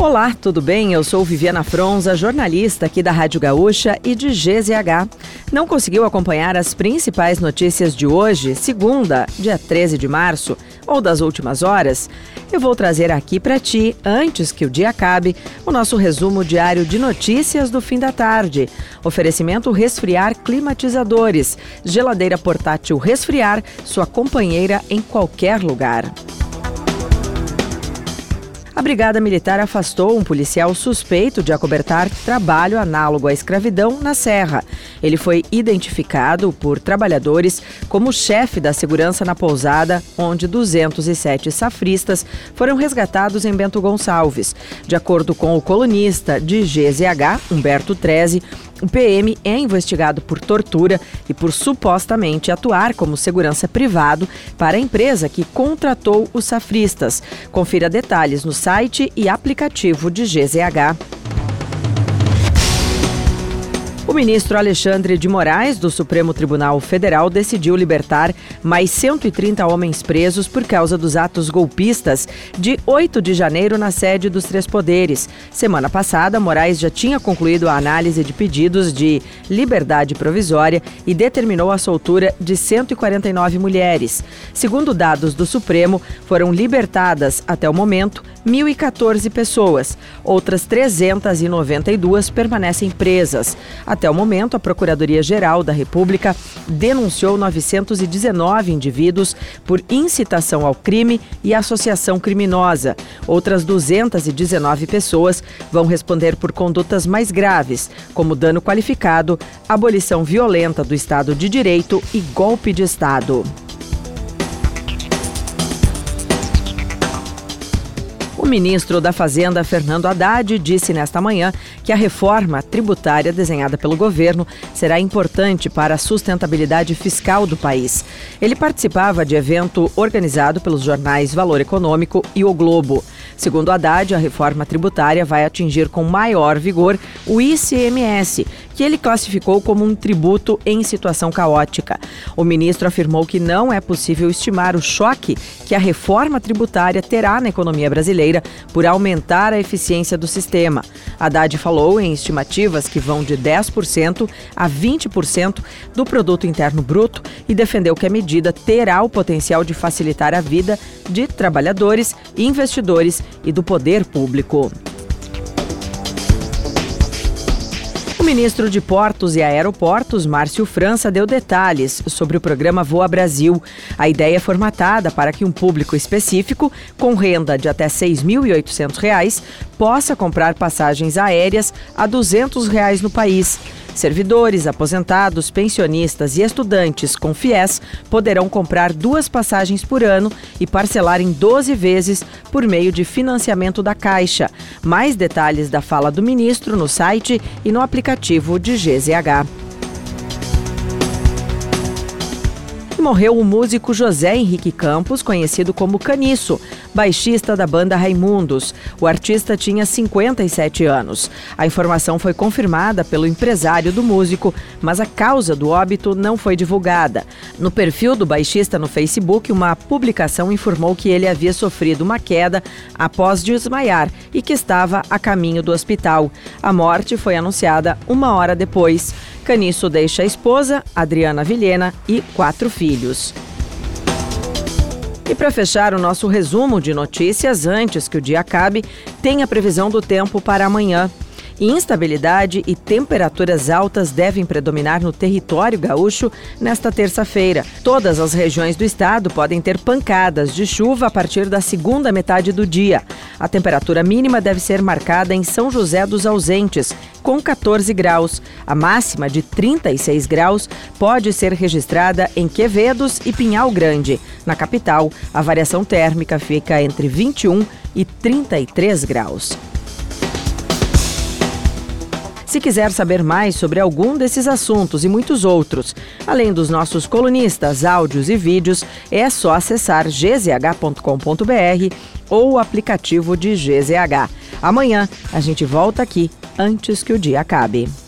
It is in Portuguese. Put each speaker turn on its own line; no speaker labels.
Olá, tudo bem? Eu sou Viviana Fronza, jornalista aqui da Rádio Gaúcha e de GZH. Não conseguiu acompanhar as principais notícias de hoje, segunda, dia 13 de março, ou das últimas horas? Eu vou trazer aqui para ti, antes que o dia acabe, o nosso resumo diário de notícias do fim da tarde. Oferecimento Resfriar Climatizadores, geladeira portátil Resfriar, sua companheira em qualquer lugar. A Brigada Militar afastou um policial suspeito de acobertar trabalho análogo à escravidão na Serra. Ele foi identificado por trabalhadores como chefe da segurança na pousada, onde 207 safristas foram resgatados em Bento Gonçalves. De acordo com o colunista de GZH, Humberto Treze, o PM é investigado por tortura e por supostamente atuar como segurança privado para a empresa que contratou os safristas. Confira detalhes no site e aplicativo de GZH. O ministro Alexandre de Moraes, do Supremo Tribunal Federal, decidiu libertar mais 130 homens presos por causa dos atos golpistas de 8 de janeiro na sede dos Três Poderes. Semana passada, Moraes já tinha concluído a análise de pedidos de liberdade provisória e determinou a soltura de 149 mulheres. Segundo dados do Supremo, foram libertadas, até o momento, 1.014 pessoas. Outras 392 permanecem presas. Até o momento, a Procuradoria-Geral da República denunciou 919 indivíduos por incitação ao crime e associação criminosa. Outras 219 pessoas vão responder por condutas mais graves, como dano qualificado, abolição violenta do Estado de Direito e golpe de Estado. O ministro da Fazenda, Fernando Haddad, disse nesta manhã que a reforma tributária desenhada pelo governo será importante para a sustentabilidade fiscal do país. Ele participava de evento organizado pelos jornais Valor Econômico e O Globo. Segundo Haddad, a reforma tributária vai atingir com maior vigor o ICMS, que ele classificou como um tributo em situação caótica. O ministro afirmou que não é possível estimar o choque que a reforma tributária terá na economia brasileira por aumentar a eficiência do sistema. Haddad falou em estimativas que vão de 10% a 20% do produto interno bruto e defendeu que a medida terá o potencial de facilitar a vida de trabalhadores, investidores e do poder público. O ministro de Portos e Aeroportos, Márcio França, deu detalhes sobre o programa Voa Brasil. A ideia é formatada para que um público específico, com renda de até R$ 6.800, possa comprar passagens aéreas a R$ 200 no país. Servidores, aposentados, pensionistas e estudantes com FIES poderão comprar 2 passagens por ano e parcelar em 12 vezes por meio de financiamento da Caixa. Mais detalhes da fala do ministro no site e no aplicativo de GZH. Morreu o músico José Henrique Campos, conhecido como Caniço, baixista da banda Raimundos. O artista tinha 57 anos. A informação foi confirmada pelo empresário do músico, mas a causa do óbito não foi divulgada. No perfil do baixista no Facebook, uma publicação informou que ele havia sofrido uma queda após desmaiar e que estava a caminho do hospital. A morte foi anunciada 1 hora depois. Caniço deixa a esposa, Adriana Vilhena, e 4 filhos. E para fechar o nosso resumo de notícias, antes que o dia acabe, tem a previsão do tempo para amanhã. Instabilidade e temperaturas altas devem predominar no território gaúcho nesta terça-feira. Todas as regiões do estado podem ter pancadas de chuva a partir da segunda metade do dia. A temperatura mínima deve ser marcada em São José dos Ausentes, com 14 graus. A máxima de 36 graus pode ser registrada em Quevedos e Pinhal Grande. Na capital, a variação térmica fica entre 21 e 33 graus. Se quiser saber mais sobre algum desses assuntos e muitos outros, além dos nossos colunistas, áudios e vídeos, é só acessar gzh.com.br ou o aplicativo de GZH. Amanhã a gente volta aqui antes que o dia acabe.